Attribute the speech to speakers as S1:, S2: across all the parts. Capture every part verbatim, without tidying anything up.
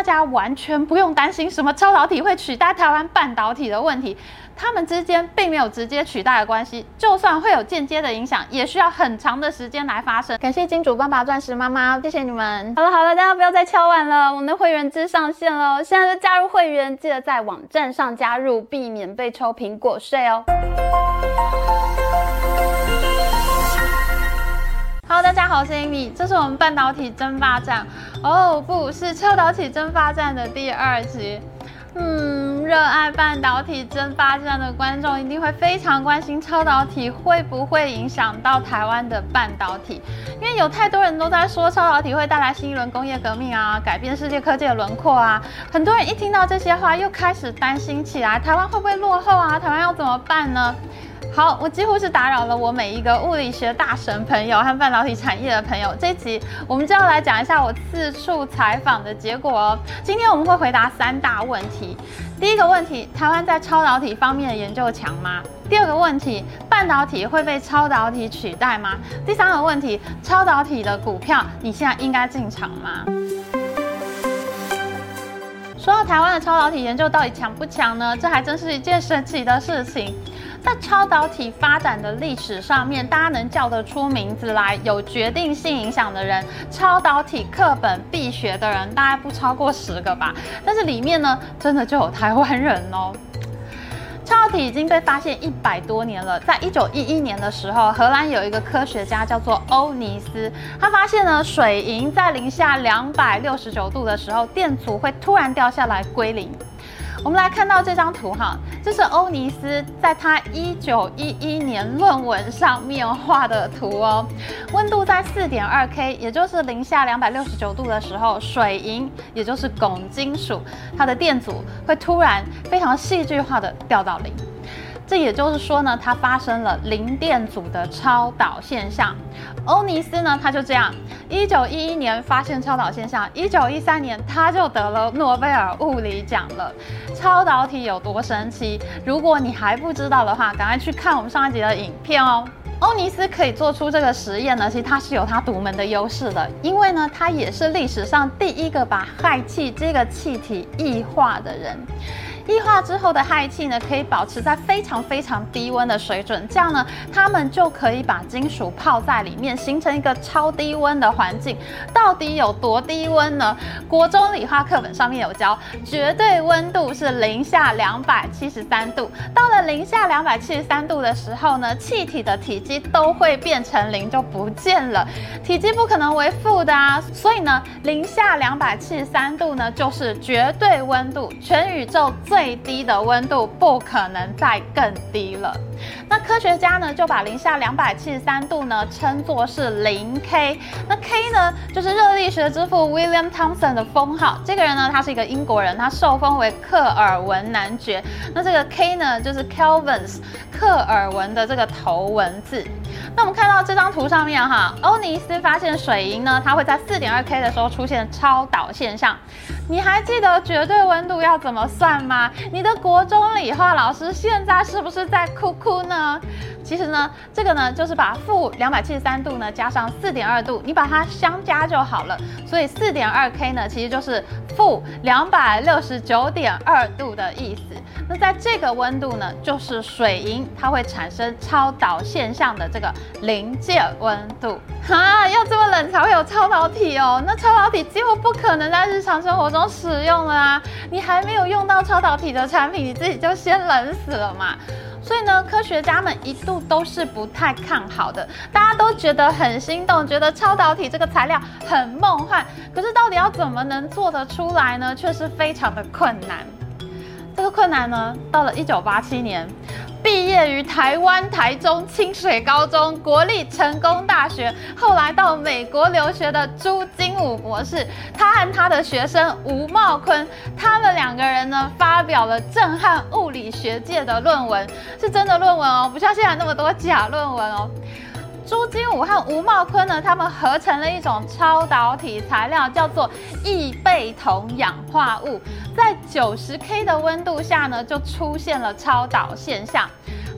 S1: 大家完全不用担心什么超导体会取代台湾半导体的问题。它们之间并没有直接取代的关系，就算会有间接的影响，也需要很长的时间来发生。感谢金主爸爸、钻石妈妈，谢谢你们。好了好了，大家不要再敲碗了，我们的会员制上线了，现在就加入会员，记得在网站上加入，避免被抽苹果税哦。Hello， 大家好，我是 Amy， 这是我们半导体争霸战哦，不是超导体争霸战的第二集。嗯，热爱半导体争霸战的观众一定会非常关心超导体会不会影响到台湾的半导体，因为有太多人都在说超导体会带来新一轮工业革命啊，改变世界科技的轮廓啊。很多人一听到这些话，又开始担心起来，台湾会不会落后啊？台湾要怎么办呢？好，我几乎是打扰了我每一个物理学大神朋友和半导体产业的朋友。这一集我们就要来讲一下我四处采访的结果哦。今天我们会回答三大问题。第一个问题，台湾在超导体方面的研究强吗？第二个问题，半导体会被超导体取代吗？第三个问题，超导体的股票你现在应该进场吗？说到台湾的超导体研究到底强不强呢？这还真是一件神奇的事情。在超导体发展的历史上面，大家能叫得出名字来有决定性影响的人，超导体课本必学的人大概不超过十个吧。但是里面呢，真的就有台湾人哦。超导体已经被发现一百多年了。在一九一一年的时候，荷兰有一个科学家叫做欧尼斯，他发现呢，水银在零下两百六十九度的时候，电阻会突然掉下来归零。我们来看到这张图哈，这是欧尼斯在他一九一一年论文上面画的图哦。温度在 四点二 K， 也就是零下两百六十九度的时候，水银也就是汞金属，它的电阻会突然非常戏剧化的掉到零。这也就是说呢，它发生了零电阻的超导现象。欧尼斯呢，他就这样，一九一一年发现超导现象，一九一三年他就得了诺贝尔物理奖了。超导体有多神奇？如果你还不知道的话，赶快去看我们上一集的影片哦。欧尼斯可以做出这个实验呢，其实他是有他独门的优势的，因为呢，他也是历史上第一个把氦气这个气体异化的人。异化之后的氦气呢，可以保持在非常非常低温的水准，这样呢，它们就可以把金属泡在里面，形成一个超低温的环境。到底有多低温呢？国中理化课本上面有教，绝对温度是零下两百七十三度。到了零下两百七十三度的时候呢，气体的体积都会变成零，就不见了。体积不可能为负的啊，所以呢，零下两百七十三度呢，就是绝对温度，全宇宙最低的温度不可能再更低了。那科学家呢就把零下两百七十三度呢称作是零 K。那 K 呢就是热力学之父 William Thomson 的封号。这个人呢他是一个英国人，他受封为克尔文男爵。那这个 K 呢就是 Kelvins 克尔文的这个头文字。那我们看到这张图上面哈，欧尼斯发现水银呢，它会在 四点二 K 的时候出现超导现象。你还记得绝对温度要怎么算吗？你的国中理化老师现在是不是在哭哭呢？其实呢，这个呢就是把负两百七十三度呢加上 四点二 度，你把它相加就好了。所以 四点二 K 呢其实就是负两百六十九点二度的意思。那在这个温度呢，就是水银它会产生超导现象的这个临界温度。哈，要这么冷才会有超导体哦。那超导体几乎不可能在日常生活中使用了啊！你还没有用到超导体的产品，你自己就先冷死了嘛。所以呢，科学家们一度都是不太看好的，大家都觉得很心动，觉得超导体这个材料很梦幻。可是到底要怎么能做得出来呢？却是非常的困难。这个困难呢，到了一九八七年，毕业于台湾台中清水高中国立成功大学，后来到美国留学的朱金武博士，他和他的学生吴茂坤，他们两个人呢发表了震撼物理学界的论文，是真的论文哦，不像现在那么多假论文哦。朱金武和吴茂坤呢，他们合成了一种超导体材料，叫做异钡铜氧化物，在 九十 K 的温度下呢，就出现了超导现象。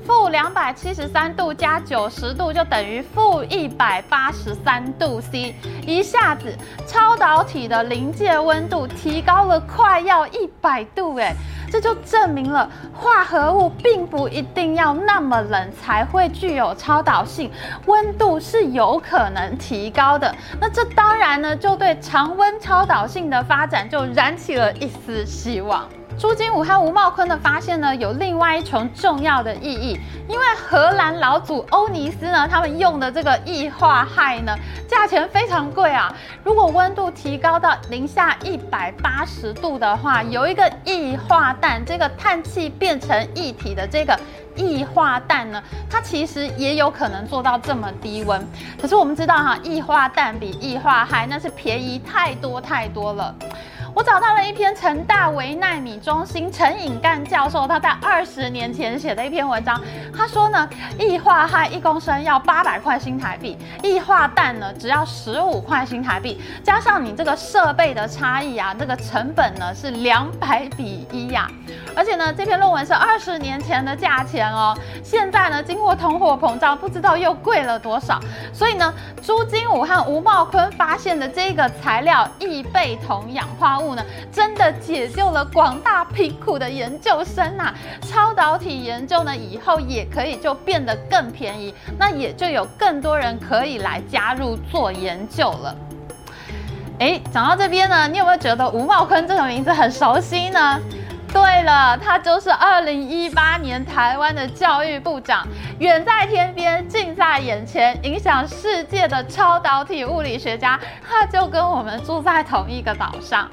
S1: 负两百七十三度加九十度就等于负一百八十三度 C， 一下子超导体的临界温度提高了快要一百度，哎，这就证明了化合物并不一定要那么冷才会具有超导性，温度是有可能提高的。那这当然呢，就对常温超导性的发展就燃起了一丝希望。朱金武和吴茂昆的发现呢，有另外一重重要的意义，因为荷兰老祖欧尼斯呢，他们用的这个液化氦呢，价钱非常贵啊。如果温度提高到零下一百八十度的话，有一个液化氮，这个碳气变成液体的这个液化氮呢，它其实也有可能做到这么低温。可是我们知道哈，液化氮比液化氦那是便宜太多太多了。我找到了一篇成大微奈米中心陈颖干教授他在二十年前写的一篇文章，他说呢，液化氦一公升要八百块新台币，液化氮呢只要十五块新台币，加上你这个设备的差异啊，这个成本呢是两百比一呀、啊。而且呢，这篇论文是二十年前的价钱哦，现在呢经过通货膨胀，不知道又贵了多少。所以呢，朱金武和吴茂昆发现的这个材料异钡酮氧化物呢，真的解救了广大贫苦的研究生啊！超导体研究呢，以后也可以就变得更便宜，那也就有更多人可以来加入做研究了。哎，讲到这边呢，你有没有觉得吴茂昆这个名字很熟悉呢？对了，他就是二零一八年台湾的教育部长，远在天边，近在眼前，影响世界的超导体物理学家，他就跟我们住在同一个岛上。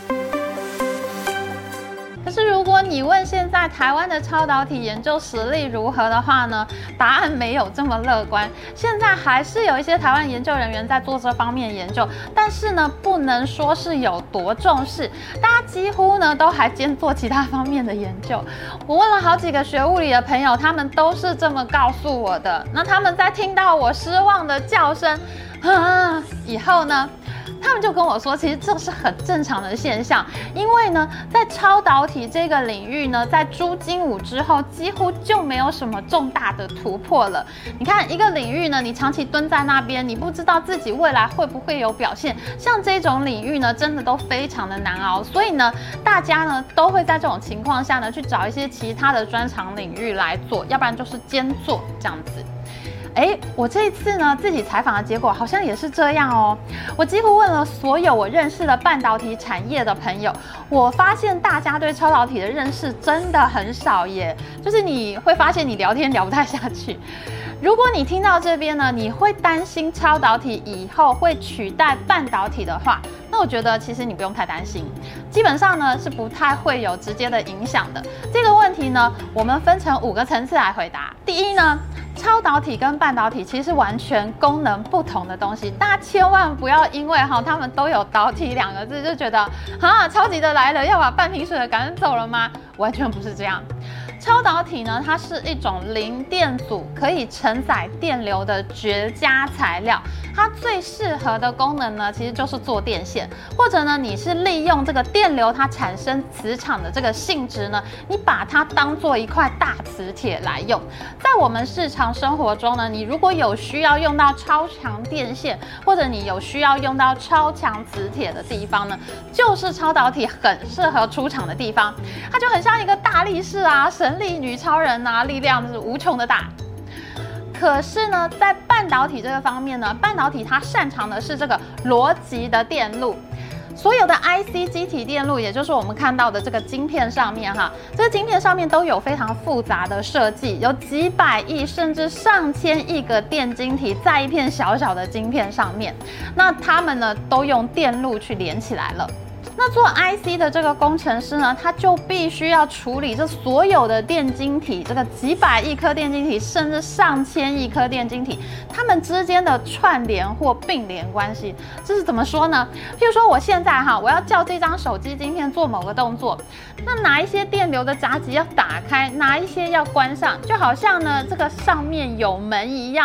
S1: 可是如果你问现在台湾的超导体研究实力如何的话呢，答案没有这么乐观。现在还是有一些台湾研究人员在做这方面研究，但是呢，不能说是有多重视，大家几乎呢都还兼做其他方面的研究。我问了好几个学物理的朋友，他们都是这么告诉我的。那他们在听到我失望的叫声啊以后呢，他们就跟我说，其实这是很正常的现象，因为呢，在超导体这个领域呢，在朱金武之后，几乎就没有什么重大的突破了。你看，一个领域呢，你长期蹲在那边，你不知道自己未来会不会有表现。像这种领域呢，真的都非常的难熬，所以呢，大家呢都会在这种情况下呢，去找一些其他的专长领域来做，要不然就是兼做这样子。哎，我这一次呢自己采访的结果好像也是这样哦。我几乎问了所有我认识的半导体产业的朋友，我发现大家对超导体的认识真的很少耶。就是你会发现你聊天聊不太下去。如果你听到这边呢，你会担心超导体以后会取代半导体的话，那我觉得其实你不用太担心，基本上呢是不太会有直接的影响的。这个问题呢，我们分成五个层次来回答。第一呢，超导体跟半导体其实是完全功能不同的东西，大家千万不要因为哈他们都有导体两个字就觉得啊超级的来了，要把半瓶水的赶走了吗？完全不是这样。超导体呢，它是一种零电阻可以承载电流的绝佳材料。它最适合的功能呢，其实就是做电线，或者呢，你是利用这个电流它产生磁场的这个性质呢，你把它当做一块大磁铁来用。在我们日常生活中呢，你如果有需要用到超强电线，或者你有需要用到超强磁铁的地方呢，就是超导体很适合出场的地方。它就很像一个大力士啊，神力女超人啊，力量是无穷的大。可是呢，在半导体这个方面呢，半导体它擅长的是这个逻辑的电路。所有的 I C 基体电路，也就是我们看到的这个晶片上面哈，这个晶片上面都有非常复杂的设计，有几百亿甚至上千亿个电晶体在一片小小的晶片上面，那它们呢都用电路去连起来了。那做 I C 的这个工程师呢，他就必须要处理这所有的电晶体，这个几百亿颗电晶体，甚至上千亿颗电晶体，它们之间的串联或并联关系，这是怎么说呢？譬如说，我现在哈，我要叫这张手机晶片做某个动作，那哪一些电流的闸极要打开，哪一些要关上，就好像呢这个上面有门一样。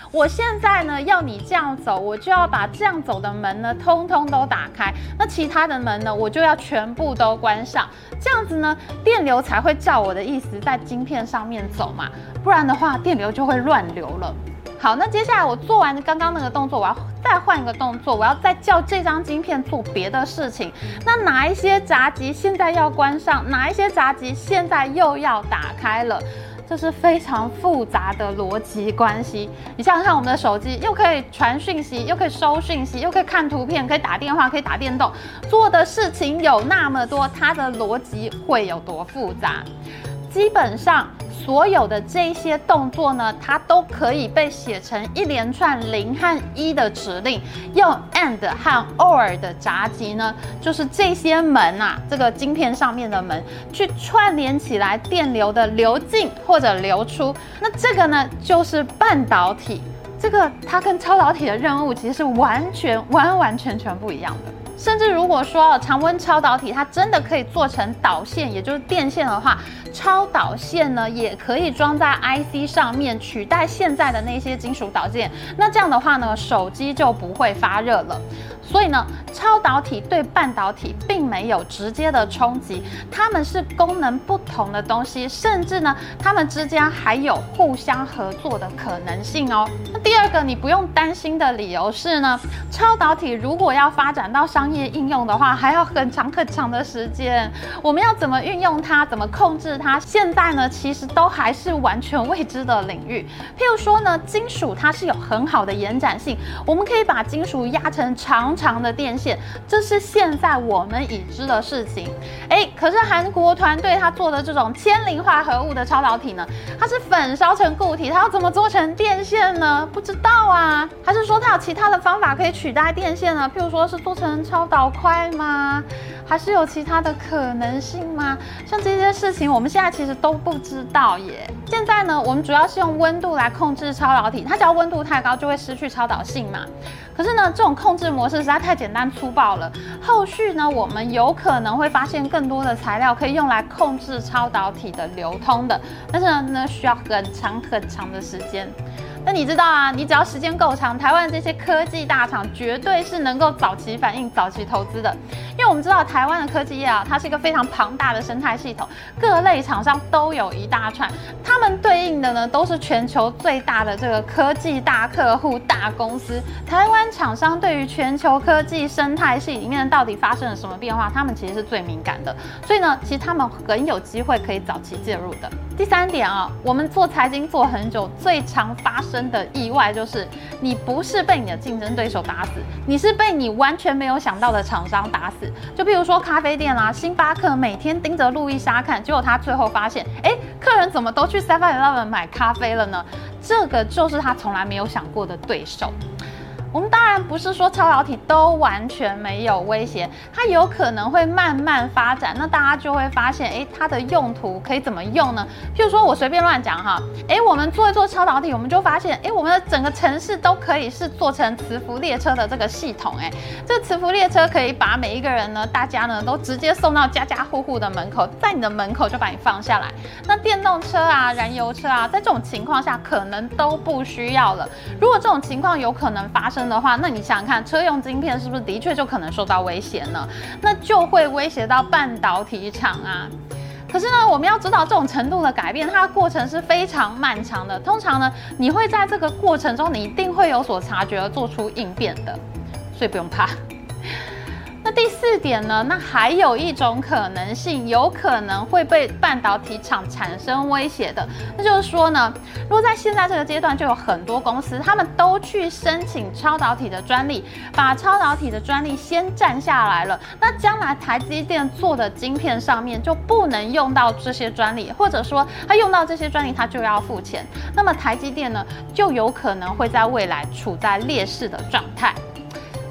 S1: 我现在呢要你这样走，我就要把这样走的门呢通通都打开，那其他的门呢我就要全部都关上，这样子呢电流才会照我的意思在晶片上面走嘛，不然的话电流就会乱流了。好，那接下来我做完刚刚那个动作，我要再换一个动作，我要再叫这张晶片做别的事情。那哪一些闸极现在要关上，哪一些闸极现在又要打开了？这是非常复杂的逻辑关系。你想想看，我们的手机又可以传讯息，又可以收讯息，又可以看图片，可以打电话，可以打电动，做的事情有那么多，它的逻辑会有多复杂？基本上所有的这些动作呢，它都可以被写成一连串零和一的指令，用 and 和 or 的闸极呢，就是这些门啊，这个晶片上面的门，去串联起来电流的流进或者流出。那这个呢，就是半导体。这个它跟超导体的任务其实是完全完完全全不一样的。甚至如果说常温超导体它真的可以做成导线，也就是电线的话，超导线呢也可以装在 I C 上面，取代现在的那些金属导线。那这样的话呢，手机就不会发热了。所以呢，超导体对半导体并没有直接的冲击，它们是功能不同的东西，甚至呢，它们之间还有互相合作的可能性哦。那第二个你不用担心的理由是呢，超导体如果要发展到商业应用的话，还要很长很长的时间。我们要怎么运用它，怎么控制它，现在呢其实都还是完全未知的领域。譬如说呢，金属它是有很好的延展性，我们可以把金属压成长长的电线，这是现在我们已知的事情。哎，可是韩国团队他做的这种铅磷化合物的超导体呢，它是粉烧成固体，它要怎么做成电线呢？不知道啊。还是说它有其他的方法可以取代电线呢？譬如说是做成超导块吗？还是有其他的可能性吗？像这些事情我们现在其实都不知道耶。现在呢，我们主要是用温度来控制超导体，它只要温度太高就会失去超导性嘛。可是呢，这种控制模式实在太简单粗暴了。后续呢，我们有可能会发现更多的材料可以用来控制超导体的流通的，但是呢，需要很长很长的时间。那你知道啊，你只要时间够长，台湾这些科技大厂绝对是能够早期反应、早期投资的。因为我们知道台湾的科技业啊，它是一个非常庞大的生态系统，各类厂商都有一大串，他们对应的呢都是全球最大的这个科技大客户、大公司。台湾厂商对于全球科技生态系里面到底发生了什么变化，他们其实是最敏感的，所以呢，其实他们很有机会可以早期介入的。第三点啊，我们做财经做很久，最常发生的意外就是你不是被你的竞争对手打死，你是被你完全没有想到的厂商打死。就譬如说咖啡店啦，星巴克每天盯着路易莎看，结果他最后发现，哎，客人怎么都去 seven eleven 买咖啡了呢？这个就是他从来没有想过的对手。我们当然不是说超导体都完全没有威胁，它有可能会慢慢发展，那大家就会发现，哎，它的用途可以怎么用呢？譬如说我随便乱讲哈，哎，我们做一做超导体，我们就发现，哎，我们的整个城市都可以是做成磁浮列车的这个系统，哎，这个磁浮列车可以把每一个人呢，大家呢都直接送到家家户户的门口，在你的门口就把你放下来。那电动车啊、燃油车啊，在这种情况下可能都不需要了。如果这种情况有可能发生的话，那你想想看，车用晶片是不是的确就可能受到威胁呢？那就会威胁到半导体厂啊。可是呢，我们要知道这种程度的改变，它的过程是非常漫长的。通常呢，你会在这个过程中，你一定会有所察觉而做出应变的，所以不用怕。那第四点呢？那还有一种可能性，有可能会被半导体厂产生威胁的，那就是说呢，如果在现在这个阶段，就有很多公司，他们都去申请超导体的专利，把超导体的专利先占下来了，那将来台积电做的晶片上面就不能用到这些专利，或者说它用到这些专利，它就要付钱。那么台积电呢，就有可能会在未来处在劣势的状态。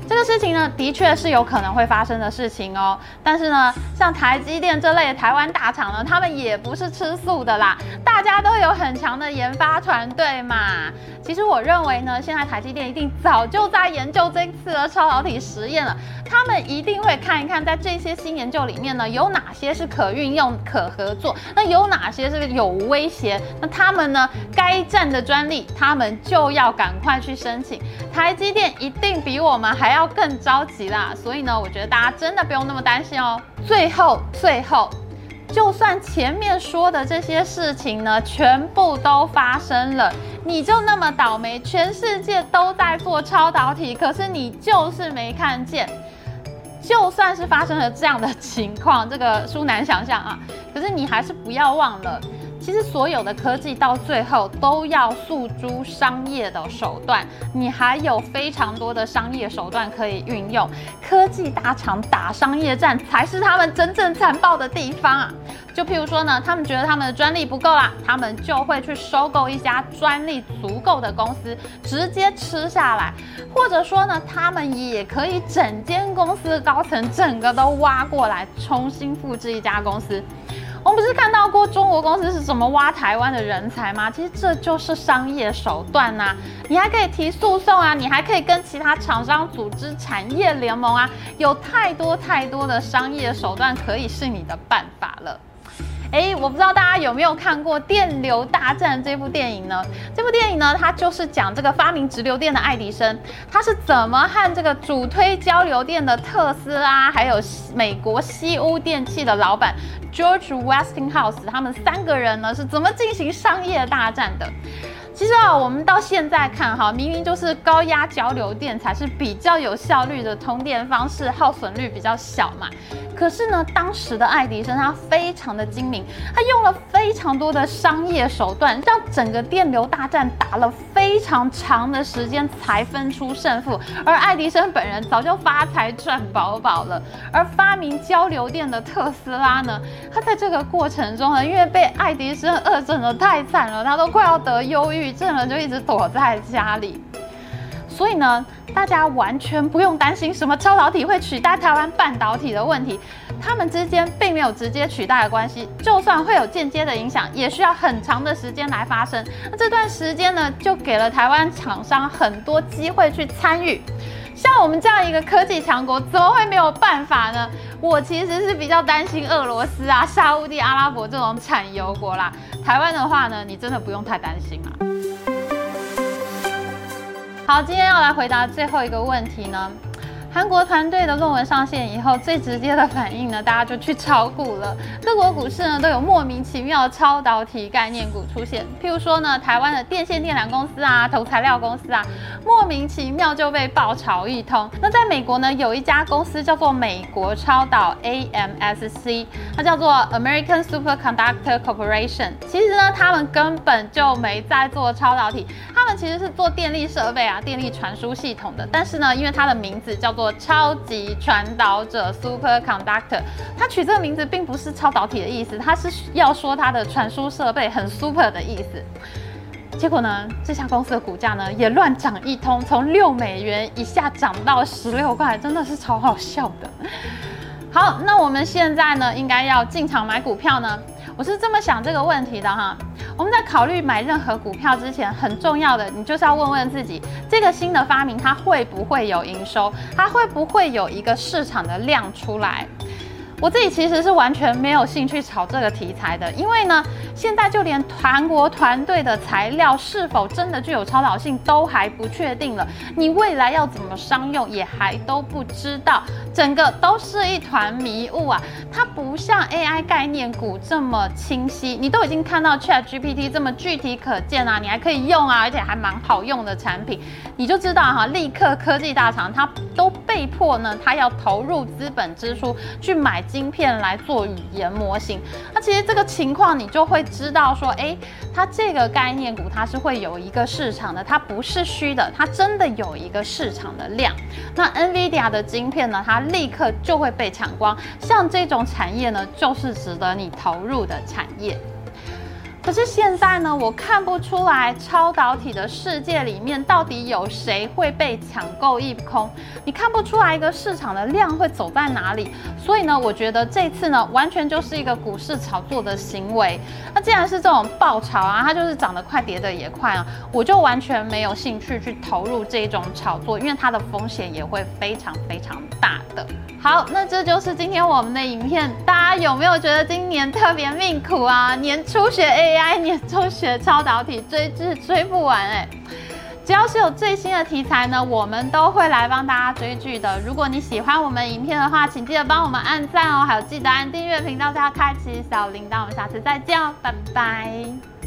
S1: 这个事情呢，的确是有可能会发生的事情哦。但是呢，像台积电这类的台湾大厂呢，他们也不是吃素的啦，大家都有很强的研发团队嘛。其实我认为呢，现在台积电一定早就在研究这次的超导体实验了，他们一定会看一看，在这些新研究里面呢，有哪些是可运用、可合作，那有哪些是有威胁，那他们呢，该占的专利，他们就要赶快去申请。台积电一定比我们还要更着急啦，所以呢，我觉得大家真的不用那么担心哦。最后，最后。就算前面说的这些事情呢，全部都发生了，你就那么倒霉，全世界都在做超导体，可是你就是没看见。就算是发生了这样的情况，这个殊难想象啊，可是你还是不要忘了。其实所有的科技到最后都要诉诸商业的手段，你还有非常多的商业手段可以运用。科技大厂打商业战才是他们真正残暴的地方啊！就譬如说呢，他们觉得他们的专利不够啦，他们就会去收购一家专利足够的公司，直接吃下来。或者说呢，他们也可以整间公司的高层整个都挖过来，重新复制一家公司。我们不是看到过中国公司是怎么挖台湾的人才吗？其实这就是商业手段啊！你还可以提诉讼啊，你还可以跟其他厂商组织产业联盟啊，有太多太多的商业手段可以是你的办法了。哎，我不知道大家有没有看过《电流大战》这部电影呢？这部电影呢，它就是讲这个发明直流电的爱迪生，他是怎么和这个主推交流电的特斯拉，还有美国西屋电器的老板 George Westinghouse， 他们三个人呢是怎么进行商业大战的。其实啊，我们到现在看哈，明明就是高压交流电才是比较有效率的通电方式，耗损率比较小嘛。可是呢，当时的爱迪生他非常的精明，他用了非常多的商业手段，让整个电流大战打了非常长的时间才分出胜负。而爱迪生本人早就发财赚饱饱了，而发明交流电的特斯拉呢，他在这个过程中呢，因为被爱迪生恶整得太惨了，他都快要得忧郁症了，就一直躲在家里。所以呢，大家完全不用担心什么超导体会取代台湾半导体的问题，它们之间并没有直接取代的关系，就算会有间接的影响，也需要很长的时间来发生。那这段时间呢，就给了台湾厂商很多机会去参与。像我们这样一个科技强国，怎么会没有办法呢？我其实是比较担心俄罗斯啊、沙烏地阿拉伯这种产油国啦。台湾的话呢，你真的不用太担心啦。好，今天要来回答最后一个问题呢。韩国团队的论文上线以后，最直接的反应呢，大家就去炒股了。各国股市呢都有莫名其妙的超导体概念股出现，譬如说呢，台湾的电线电缆公司啊、投材料公司啊，莫名其妙就被爆炒一通。那在美国呢，有一家公司叫做美国超导 A M S C， 它叫做 American Superconductor Corporation。其实呢，他们根本就没在做超导体，他们其实是做电力设备啊、电力传输系统的。但是呢，因为它的名字叫做做超级传导者 Superconductor， 它取这个名字并不是超导体的意思，它是要说它的传输设备很 super 的意思。结果呢，这家公司的股价呢也乱涨一通，从六美元一下涨到十六块，真的是超好笑的。好，那我们现在呢应该要进场买股票呢？我是这么想这个问题的哈。我们在考虑买任何股票之前，很重要的，你就是要问问自己，这个新的发明它会不会有营收，它会不会有一个市场的量出来。我自己其实是完全没有兴趣炒这个题材的，因为呢，现在就连韩国团队的材料是否真的具有超导性都还不确定了，你未来要怎么商用也还都不知道，整个都是一团迷雾啊！它不像 A I 概念股这么清晰，你都已经看到 Chat G P T 这么具体可见啊，你还可以用啊，而且还蛮好用的产品，你就知道哈，立刻科技大厂它都被迫呢，它要投入资本支出去买晶片来做语言模型。那其实这个情况你就会知道说，哎，它这个概念股它是会有一个市场的，它不是虚的，它真的有一个市场的量。那 NVIDIA 的晶片呢，它立刻就会被抢光。像这种产业呢，就是值得你投入的产业。 可是现在呢，我看不出来超导体的世界里面到底有谁会被抢购一空，你看不出来一个市场的量会走在哪里。所以呢，我觉得这次呢，完全就是一个股市炒作的行为。那既然是这种爆炒啊，它就是涨得快，跌得也快啊，我就完全没有兴趣去投入这种炒作，因为它的风险也会非常非常大的。好，那这就是今天我们的影片。大家有没有觉得今年特别命苦啊？年初学 A I， 年初学超导体，追剧追不完哎、欸。只要是有最新的题材呢，我们都会来帮大家追剧的。如果你喜欢我们影片的话，请记得帮我们按赞哦，还有记得按订阅频道，加开启小铃铛。我们下次再见哦，拜拜。